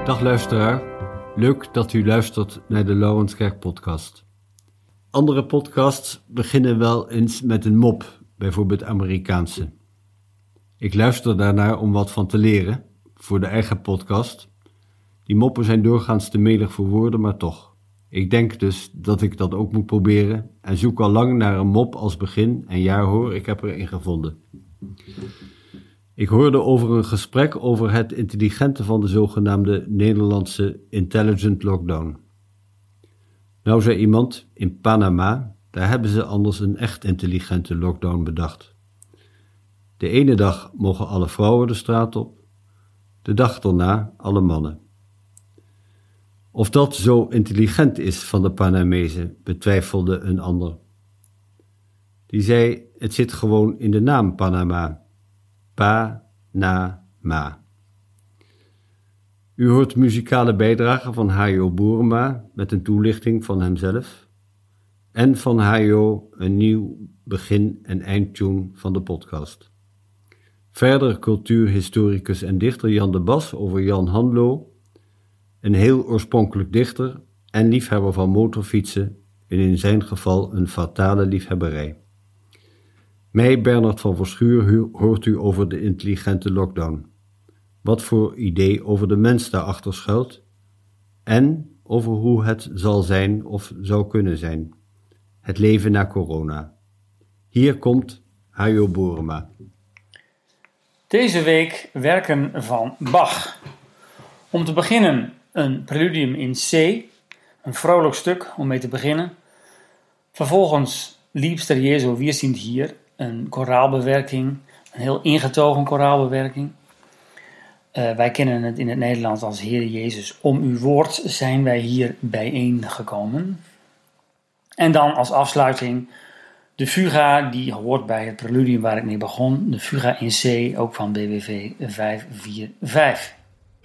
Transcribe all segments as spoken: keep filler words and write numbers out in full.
Dag luisteraar, leuk dat u luistert naar de Laurenskerk podcast. Andere podcasts beginnen wel eens met een mop, bijvoorbeeld Amerikaanse. Ik luister daarnaar om wat van te leren, voor de eigen podcast. Die moppen zijn doorgaans te melig voor woorden, maar toch. Ik denk dus dat ik dat ook moet proberen en zoek al lang naar een mop als begin en ja hoor, ik heb er een gevonden. Ik hoorde over een gesprek over het intelligente van de zogenaamde Nederlandse intelligent lockdown. Nou zei iemand, in Panama, daar hebben ze anders een echt intelligente lockdown bedacht. De ene dag mogen alle vrouwen de straat op, de dag daarna alle mannen. Of dat zo intelligent is van de Panamezen, betwijfelde een ander. Die zei, het zit gewoon in de naam Panama. Pa-na-ma. U hoort muzikale bijdrage van Hajo Boerema met een toelichting van hemzelf en van Hajo een nieuw begin- en eindtune van de podcast. Verder cultuurhistoricus en dichter Jan de Bas over Jan Hanlo, een heel oorspronkelijk dichter en liefhebber van motorfietsen en in zijn geval een fatale liefhebberij. Mij, Bernard van Verschuur, hoort u over de intelligente lockdown. Wat voor idee over de mens daarachter schuilt en over hoe het zal zijn of zou kunnen zijn. Het leven na corona. Hier komt Hajo Boerema. Deze week werken van Bach. Om te beginnen een preludium in C, een vrolijk stuk om mee te beginnen. Vervolgens Liebster Jesu, wir sind hier, een koraalbewerking, een heel ingetogen koraalbewerking. Uh, wij kennen het in het Nederlands als Heer Jezus, om uw woord zijn wij hier bijeengekomen. En dan als afsluiting de fuga, die hoort bij het preludium waar ik mee begon. De fuga in C, ook van B W V vijf vier vijf.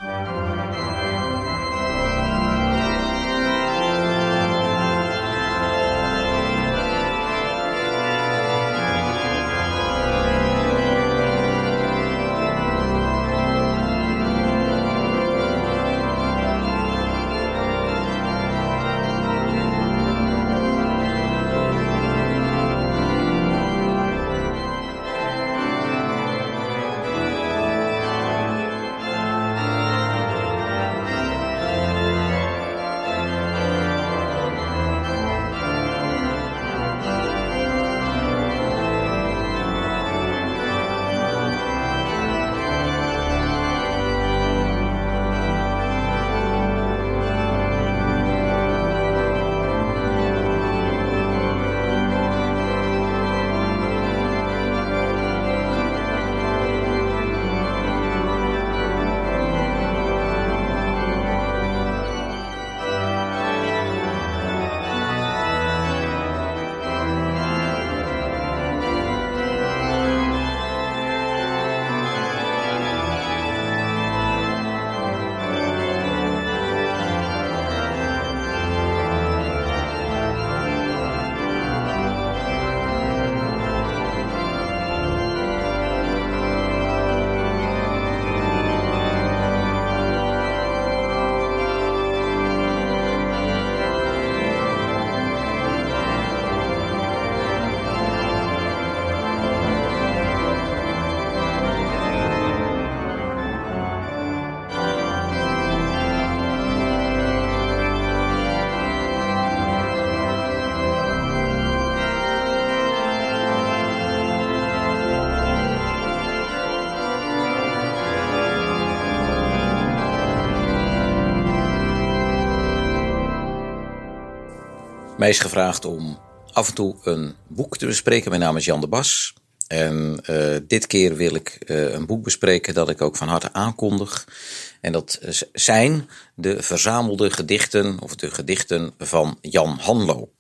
Mij is gevraagd om af en toe een boek te bespreken. Mijn naam is Jan de Bas. En uh, dit keer wil ik uh, een boek bespreken dat ik ook van harte aankondig. En dat zijn de verzamelde gedichten, of de gedichten van Jan Hanlo.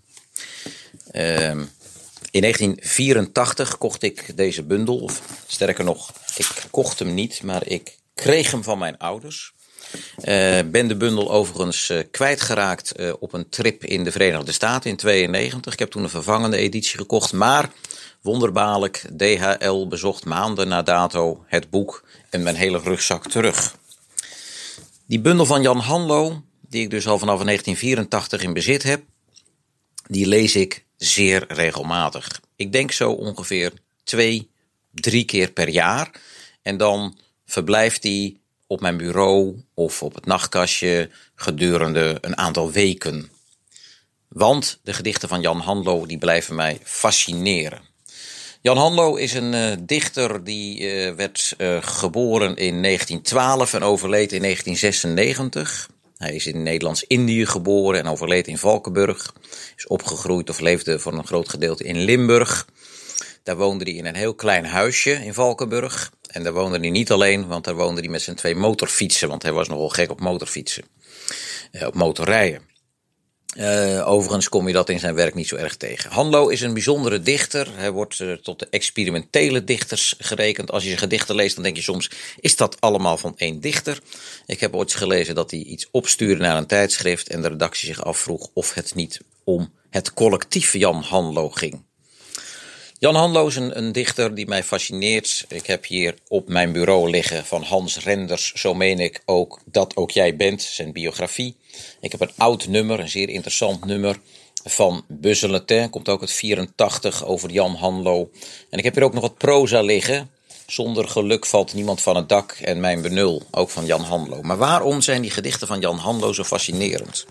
Uh, in negentien vierentachtig kocht ik deze bundel. Of sterker nog, ik kocht hem niet, maar ik kreeg hem van mijn ouders. Uh, ben de bundel overigens uh, kwijtgeraakt uh, op een trip in de Verenigde Staten in tweeënnegentig. Ik heb toen een vervangende editie gekocht, maar wonderbaarlijk, D H L bezocht maanden na dato het boek en mijn hele rugzak terug. Die bundel van Jan Hanlo, die ik dus al vanaf negentien vierentachtig in bezit heb, die lees ik zeer regelmatig. Ik denk zo ongeveer twee, drie keer per jaar. En dan verblijft die op mijn bureau of op het nachtkastje gedurende een aantal weken. Want de gedichten van Jan Hanlo die blijven mij fascineren. Jan Hanlo is een uh, dichter die uh, werd uh, geboren in negentien twaalf en overleed in negentien zesennegentig. Hij is in Nederlands-Indië geboren en overleed in Valkenburg. Is opgegroeid of leefde voor een groot gedeelte in Limburg. Daar woonde hij in een heel klein huisje in Valkenburg. En daar woonde hij niet alleen, want daar woonde hij met zijn twee motorfietsen. Want hij was nogal gek op motorfietsen. Uh, op motorrijden. Uh, overigens kom je dat in zijn werk niet zo erg tegen. Hanlo is een bijzondere dichter. Hij wordt uh, tot de experimentele dichters gerekend. Als je zijn gedichten leest, dan denk je soms, is dat allemaal van één dichter? Ik heb ooit gelezen dat hij iets opstuurde naar een tijdschrift en de redactie zich afvroeg of het niet om het collectief Jan Hanlo ging. Jan Hanlo is een, een dichter die mij fascineert. Ik heb hier op mijn bureau liggen van Hans Renders, zo meen ik ook dat ook jij bent, zijn biografie. Ik heb een oud nummer, een zeer interessant nummer van Buzzeletin, komt ook uit vierentachtig over Jan Hanlo. En ik heb hier ook nog wat proza liggen. Zonder geluk valt niemand van het dak en mijn benul, ook van Jan Hanlo. Maar waarom zijn die gedichten van Jan Hanlo zo fascinerend?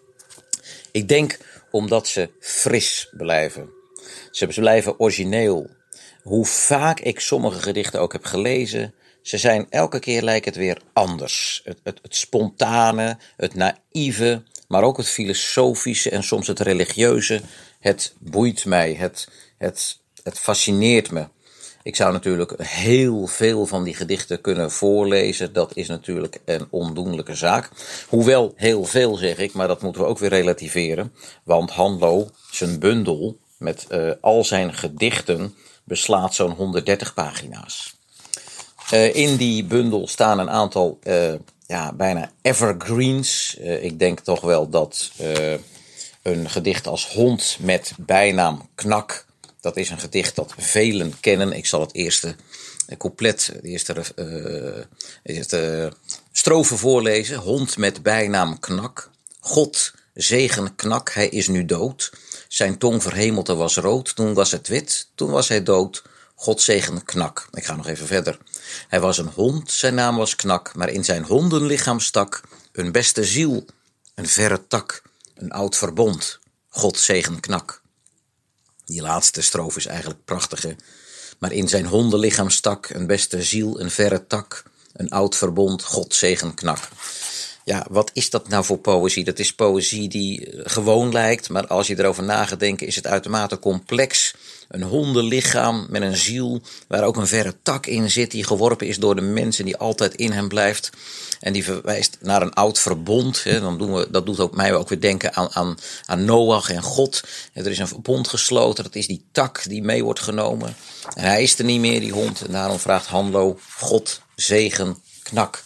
Ik denk omdat ze fris blijven. Ze blijven origineel. Hoe vaak ik sommige gedichten ook heb gelezen, ze zijn elke keer lijkt het weer anders. Het, het, het spontane, het naïeve, maar ook het filosofische en soms het religieuze. Het boeit mij, het, het, het fascineert me. Ik zou natuurlijk heel veel van die gedichten kunnen voorlezen. Dat is natuurlijk een ondoenlijke zaak. Hoewel heel veel zeg ik, maar dat moeten we ook weer relativeren. Want Hanlo, zijn bundel met uh, al zijn gedichten, beslaat zo'n honderddertig pagina's. Uh, in die bundel staan een aantal uh, ja, bijna evergreens. Uh, ik denk toch wel dat uh, een gedicht als Hond met bijnaam Knak, dat is een gedicht dat velen kennen. Ik zal het eerste uh, couplet, de eerste, uh, eerste uh, strofe voorlezen. Hond met bijnaam Knak. God zegen Knak, hij is nu dood. Zijn tong verhemelte was rood, toen was het wit, toen was hij dood. God zegen Knak. Ik ga nog even verder. Hij was een hond, zijn naam was Knak, maar in zijn hondenlichaam stak een beste ziel, een verre tak, een oud verbond. God zegen Knak. Die laatste strofe is eigenlijk prachtig, hè? Maar in zijn hondenlichaam stak een beste ziel, een verre tak, een oud verbond. God zegen Knak. Ja, wat is dat nou voor poëzie? Dat is poëzie die gewoon lijkt, maar als je erover na gaat denken is het uitermate complex. Een hondenlichaam met een ziel waar ook een verre tak in zit die geworpen is door de mensen die altijd in hem blijft. En die verwijst naar een oud verbond. Hè. Dan doen we, dat doet ook mij ook weer denken aan, aan, aan Noach en God. Er is een verbond gesloten, dat is die tak die mee wordt genomen. En hij is er niet meer, die hond. En daarom vraagt Hanlo, God zegen Knak.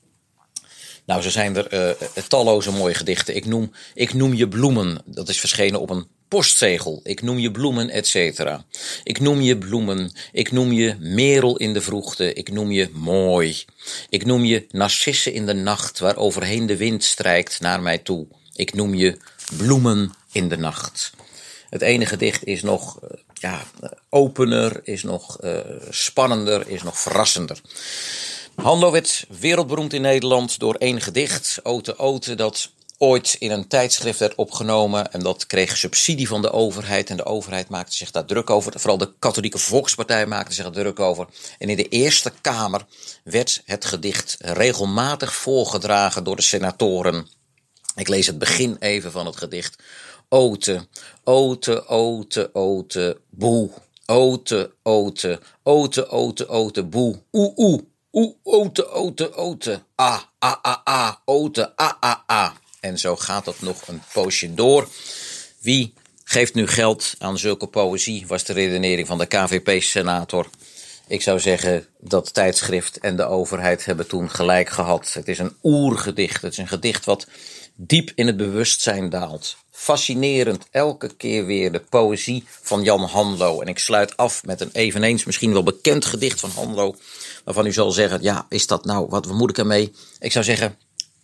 Nou, zo zijn er uh, talloze mooie gedichten. Ik noem, ik noem je bloemen. Dat is verschenen op een postzegel. Ik noem je bloemen, et cetera. Ik noem je bloemen. Ik noem je merel in de vroegte. Ik noem je mooi. Ik noem je narcissen in de nacht, waar overheen de wind strijkt naar mij toe. Ik noem je bloemen in de nacht. Het ene gedicht is nog uh, ja, opener, is nog uh, spannender, is nog verrassender. Hanlo werd wereldberoemd in Nederland door één gedicht, Ote Ote, dat ooit in een tijdschrift werd opgenomen. En dat kreeg subsidie van de overheid. En de overheid maakte zich daar druk over. Vooral de katholieke Volkspartij maakte zich daar druk over. En in de Eerste Kamer werd het gedicht regelmatig voorgedragen door de senatoren. Ik lees het begin even van het gedicht. Ote, ote, ote, ote, boe. Ote, ote, ote, ote, ote, boe. Oe, oe. Oeh, ote, ote, ote, ah, ah, ah, ah, ote, ah, ah, ah. En zo gaat dat nog een poosje door. Wie geeft nu geld aan zulke poëzie, was de redenering van de K V P-senator. Ik zou zeggen, dat tijdschrift en de overheid hebben toen gelijk gehad. Het is een oergedicht, het is een gedicht wat diep in het bewustzijn daalt. Fascinerend, elke keer weer de poëzie van Jan Hanlo. En ik sluit af met een eveneens misschien wel bekend gedicht van Hanlo, waarvan u zal zeggen, ja, is dat nou, wat, wat moet ik ermee? Ik zou zeggen,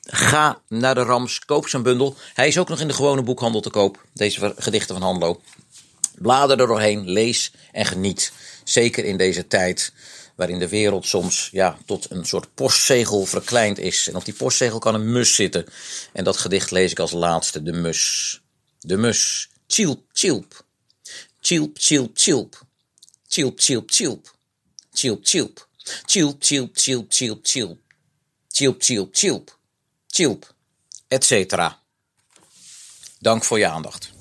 Ga naar de Rams, koop zijn bundel. Hij is ook nog in de gewone boekhandel te koop, deze gedichten van Hanlo. Blader er doorheen, lees en geniet. Zeker in deze tijd waarin de wereld soms ja, tot een soort postzegel verkleind is. En op die postzegel kan een mus zitten. En dat gedicht lees ik als laatste, de mus. De mus. Tjilp, tjilp. Tjilp, tjilp, tjilp. Tjilp, tjilp, tjilp. Tjilp, tjilp. Tjilp, tjilp, tjilp, tjilp, tjilp. Tjilp, tjilp, tjilp. Tjilp, et cetera. Dank voor je aandacht.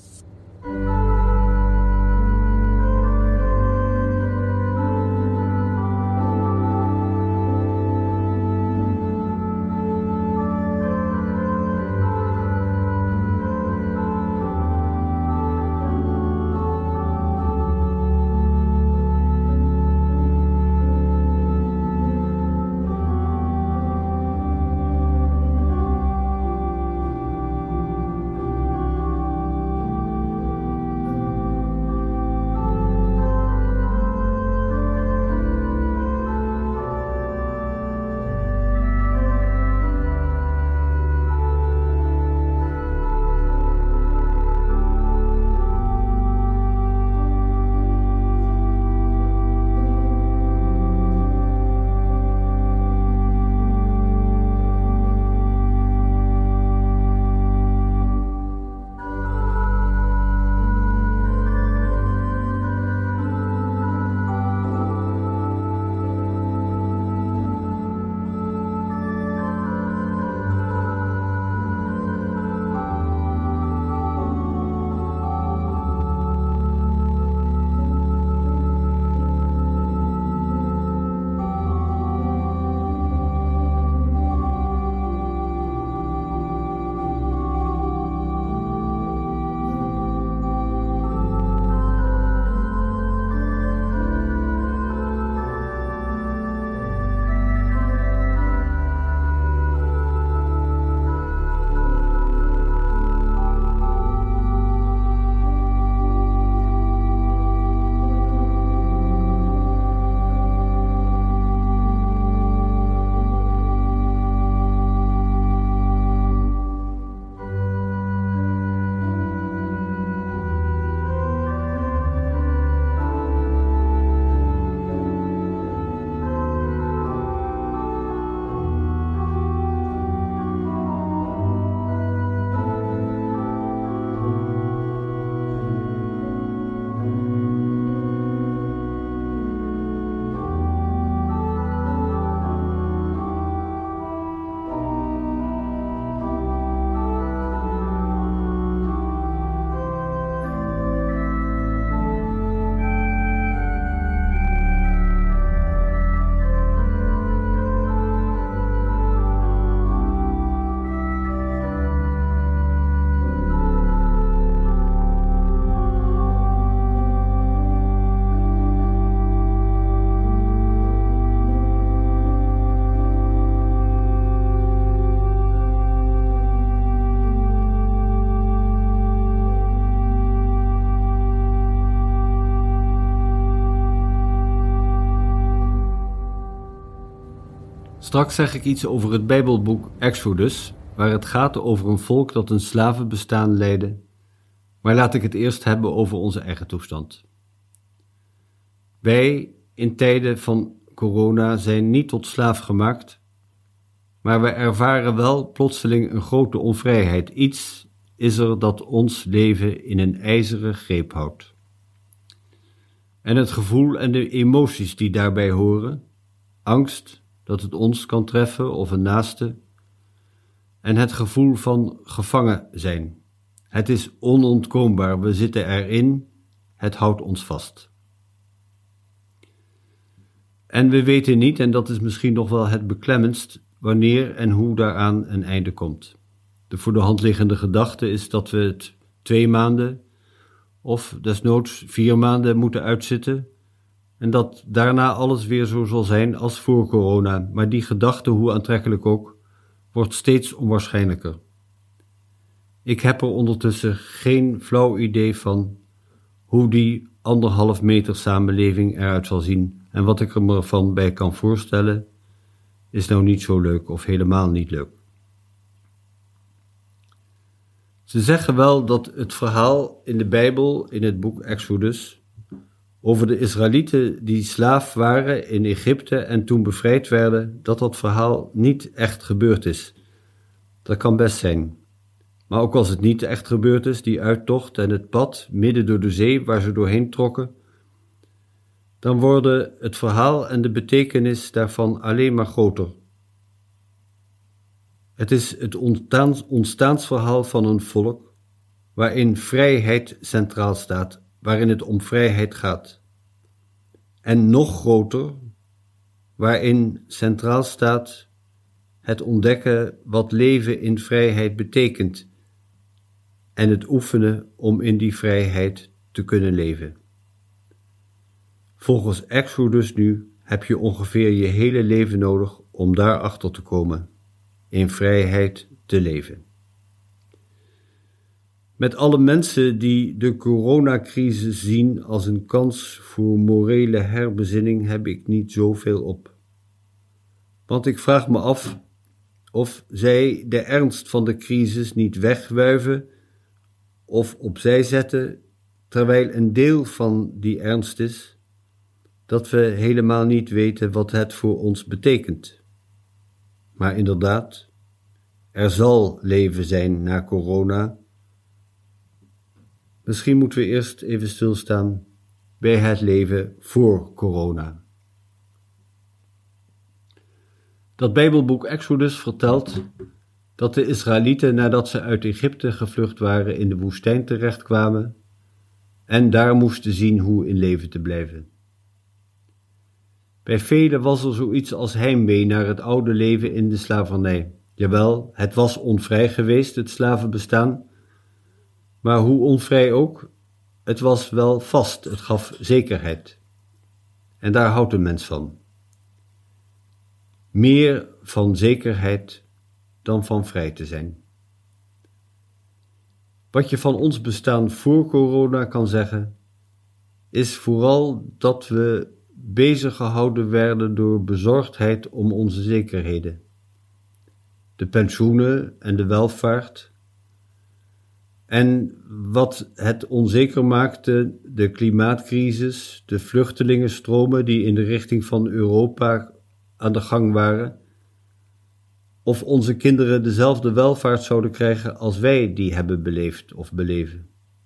Straks zeg ik iets over het Bijbelboek Exodus, waar het gaat over een volk dat een slavenbestaan leidde. Maar laat ik het eerst hebben over onze eigen toestand. Wij in tijden van corona zijn niet tot slaaf gemaakt, maar we ervaren wel plotseling een grote onvrijheid. Iets is er dat ons leven in een ijzeren greep houdt. En het gevoel en de emoties die daarbij horen, angst dat het ons kan treffen of een naaste, en het gevoel van gevangen zijn. Het is onontkoombaar, we zitten erin, het houdt ons vast. En we weten niet, en dat is misschien nog wel het beklemmendst, wanneer en hoe daaraan een einde komt. De voor de hand liggende gedachte is dat we het twee maanden of desnoods vier maanden moeten uitzitten en dat daarna alles weer zo zal zijn als voor corona. Maar die gedachte, hoe aantrekkelijk ook, wordt steeds onwaarschijnlijker. Ik heb er ondertussen geen flauw idee van hoe die anderhalf meter samenleving eruit zal zien. En wat ik er me van bij kan voorstellen, is nou niet zo leuk of helemaal niet leuk. Ze zeggen wel dat het verhaal in de Bijbel, in het boek Exodus, over de Israëlieten die slaaf waren in Egypte en toen bevrijd werden, dat dat verhaal niet echt gebeurd is. Dat kan best zijn. Maar ook als het niet echt gebeurd is, die uittocht en het pad midden door de zee waar ze doorheen trokken, dan worden het verhaal en de betekenis daarvan alleen maar groter. Het is het ontstaans, ontstaansverhaal van een volk waarin vrijheid centraal staat, waarin het om vrijheid gaat. En nog groter, waarin centraal staat het ontdekken wat leven in vrijheid betekent en het oefenen om in die vrijheid te kunnen leven. Volgens Exodus nu heb je ongeveer je hele leven nodig om daarachter te komen, in vrijheid te leven. Met alle mensen die de coronacrisis zien als een kans voor morele herbezinning heb ik niet zoveel op. Want ik vraag me af of zij de ernst van de crisis niet wegwuiven of opzij zetten, terwijl een deel van die ernst is dat we helemaal niet weten wat het voor ons betekent. Maar inderdaad, er zal leven zijn na corona. Misschien moeten we eerst even stilstaan bij het leven voor corona. Dat Bijbelboek Exodus vertelt dat de Israëlieten nadat ze uit Egypte gevlucht waren in de woestijn terechtkwamen en daar moesten zien hoe in leven te blijven. Bij velen was er zoiets als heimwee naar het oude leven in de slavernij. Jawel, het was onvrij geweest, het slavenbestaan, maar hoe onvrij ook, het was wel vast, het gaf zekerheid. En daar houdt een mens van. Meer van zekerheid dan van vrij te zijn. Wat je van ons bestaan voor corona kan zeggen, is vooral dat we bezig gehouden werden door bezorgdheid om onze zekerheden. De pensioenen en de welvaart. En wat het onzeker maakte, de klimaatcrisis, de vluchtelingenstromen die in de richting van Europa aan de gang waren, of onze kinderen dezelfde welvaart zouden krijgen als wij die hebben beleefd of beleven.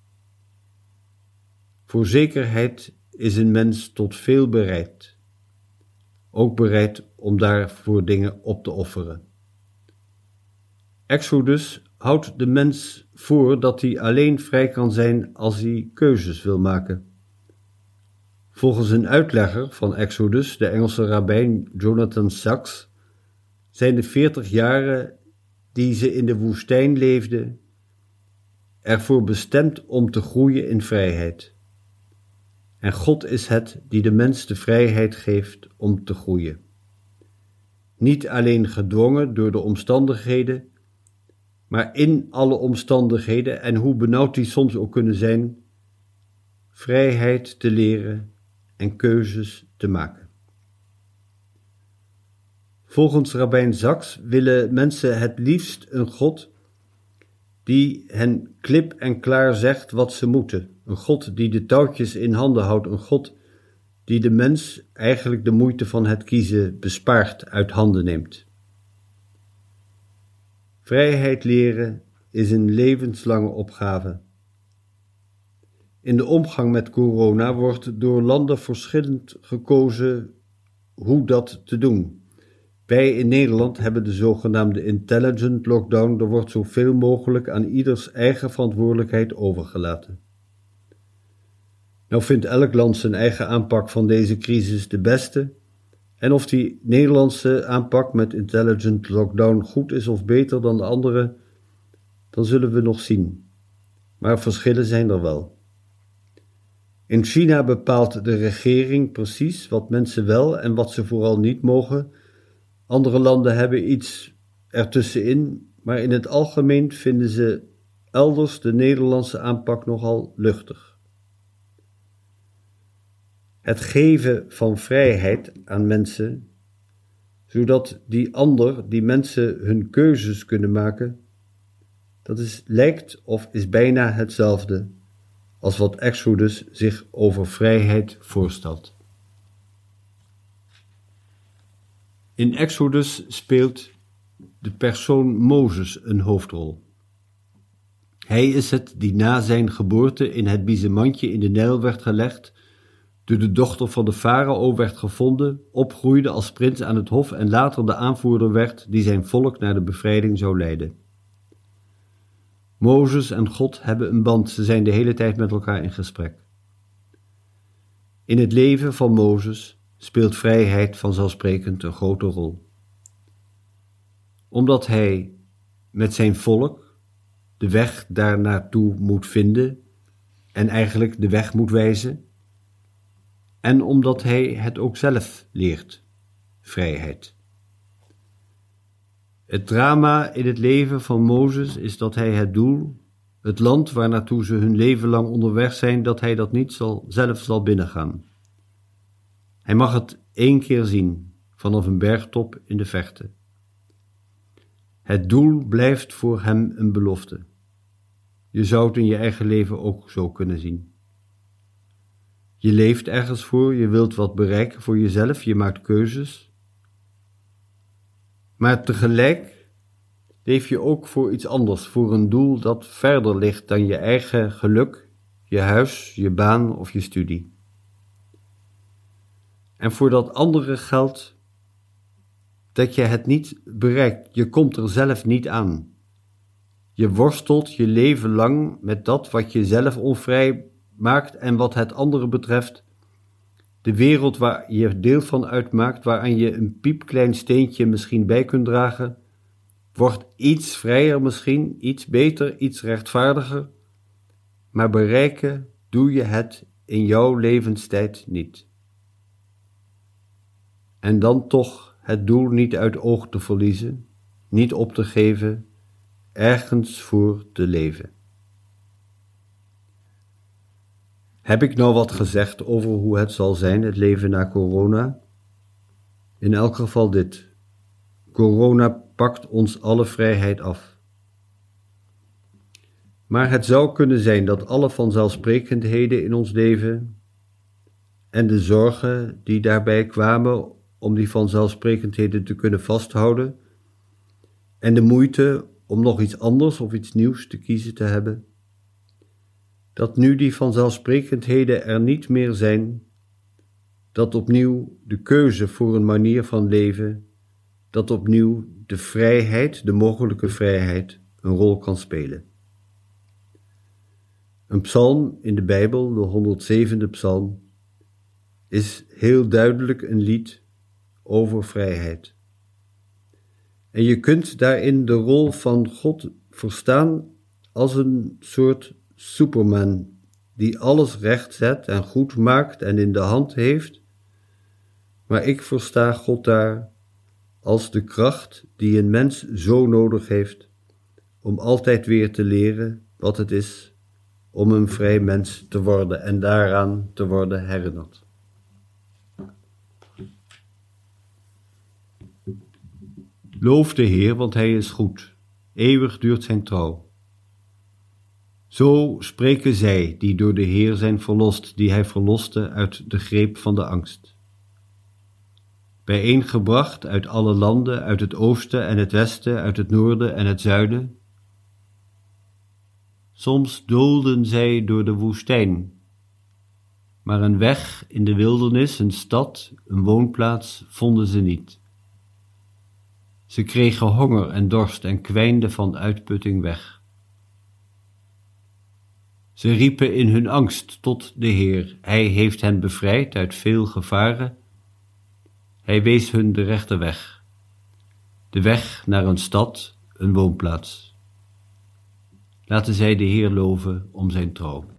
Voor zekerheid is een mens tot veel bereid, ook bereid om daarvoor dingen op te offeren. Exodus houdt de mens voor dat hij alleen vrij kan zijn als hij keuzes wil maken. Volgens een uitlegger van Exodus, de Engelse rabbijn Jonathan Sacks, zijn de veertig jaren die ze in de woestijn leefden ervoor bestemd om te groeien in vrijheid. En God is het die de mens de vrijheid geeft om te groeien. Niet alleen gedwongen door de omstandigheden, maar in alle omstandigheden en hoe benauwd die soms ook kunnen zijn, vrijheid te leren en keuzes te maken. Volgens rabbijn Sacks willen mensen het liefst een God die hen klip en klaar zegt wat ze moeten. Een God die de touwtjes in handen houdt. Een God die de mens eigenlijk de moeite van het kiezen bespaart, uit handen neemt. Vrijheid leren is een levenslange opgave. In de omgang met corona wordt door landen verschillend gekozen hoe dat te doen. Wij in Nederland hebben de zogenaamde intelligent lockdown, er wordt zoveel mogelijk aan ieders eigen verantwoordelijkheid overgelaten. Nou vindt elk land zijn eigen aanpak van deze crisis de beste, en of die Nederlandse aanpak met intelligent lockdown goed is of beter dan de andere, dan zullen we nog zien. Maar verschillen zijn er wel. In China bepaalt de regering precies wat mensen wel en wat ze vooral niet mogen. Andere landen hebben iets ertussenin, maar in het algemeen vinden ze elders de Nederlandse aanpak nogal luchtig. Het geven van vrijheid aan mensen, zodat die ander, die mensen hun keuzes kunnen maken, dat is, lijkt of is bijna hetzelfde als wat Exodus zich over vrijheid voorstelt. In Exodus speelt de persoon Mozes een hoofdrol. Hij is het die na zijn geboorte in het biezenmandje in de Nijl werd gelegd, door de dochter van de farao werd gevonden, opgroeide als prins aan het hof en later de aanvoerder werd die zijn volk naar de bevrijding zou leiden. Mozes en God hebben een band, ze zijn de hele tijd met elkaar in gesprek. In het leven van Mozes speelt vrijheid vanzelfsprekend een grote rol. Omdat hij met zijn volk de weg daar naartoe moet vinden en eigenlijk de weg moet wijzen, en omdat hij het ook zelf leert, vrijheid. Het drama in het leven van Mozes is dat hij het doel, het land waar naartoe ze hun leven lang onderweg zijn, dat hij dat niet zal, zelf zal binnengaan. Hij mag het één keer zien, vanaf een bergtop in de verte. Het doel blijft voor hem een belofte. Je zou het in je eigen leven ook zo kunnen zien. Je leeft ergens voor, je wilt wat bereiken voor jezelf, je maakt keuzes. Maar tegelijk leef je ook voor iets anders, voor een doel dat verder ligt dan je eigen geluk, je huis, je baan of je studie. En voor dat andere geldt dat je het niet bereikt, je komt er zelf niet aan. Je worstelt je leven lang met dat wat je zelf onvrij maakt en wat het andere betreft, de wereld waar je deel van uitmaakt, waaraan je een piepklein steentje misschien bij kunt dragen, wordt iets vrijer misschien, iets beter, iets rechtvaardiger, maar bereiken doe je het in jouw levenstijd niet. En dan toch het doel niet uit oog te verliezen, niet op te geven, ergens voor te leven. Heb ik nou wat gezegd over hoe het zal zijn, het leven na corona? In elk geval dit. Corona pakt ons alle vrijheid af. Maar het zou kunnen zijn dat alle vanzelfsprekendheden in ons leven en de zorgen die daarbij kwamen om die vanzelfsprekendheden te kunnen vasthouden en de moeite om nog iets anders of iets nieuws te kiezen te hebben, dat nu die vanzelfsprekendheden er niet meer zijn, dat opnieuw de keuze voor een manier van leven, dat opnieuw de vrijheid, de mogelijke vrijheid, een rol kan spelen. Een psalm in de Bijbel, de honderdzevende psalm, is heel duidelijk een lied over vrijheid. En je kunt daarin de rol van God verstaan als een soort Superman, die alles recht zet en goed maakt en in de hand heeft, maar ik versta God daar als de kracht die een mens zo nodig heeft om altijd weer te leren wat het is om een vrij mens te worden en daaraan te worden herinnerd. Loof de Heer, want Hij is goed, eeuwig duurt zijn trouw. Zo spreken zij die door de Heer zijn verlost, die Hij verloste uit de greep van de angst. Bijeengebracht uit alle landen, uit het oosten en het westen, uit het noorden en het zuiden. Soms doolden zij door de woestijn, maar een weg in de wildernis, een stad, een woonplaats vonden ze niet. Ze kregen honger en dorst en kwijnden van uitputting weg. Ze riepen in hun angst tot de Heer. Hij heeft hen bevrijd uit veel gevaren. Hij wees hun de rechte weg, de weg naar een stad, een woonplaats. Laten zij de Heer loven om zijn trouw.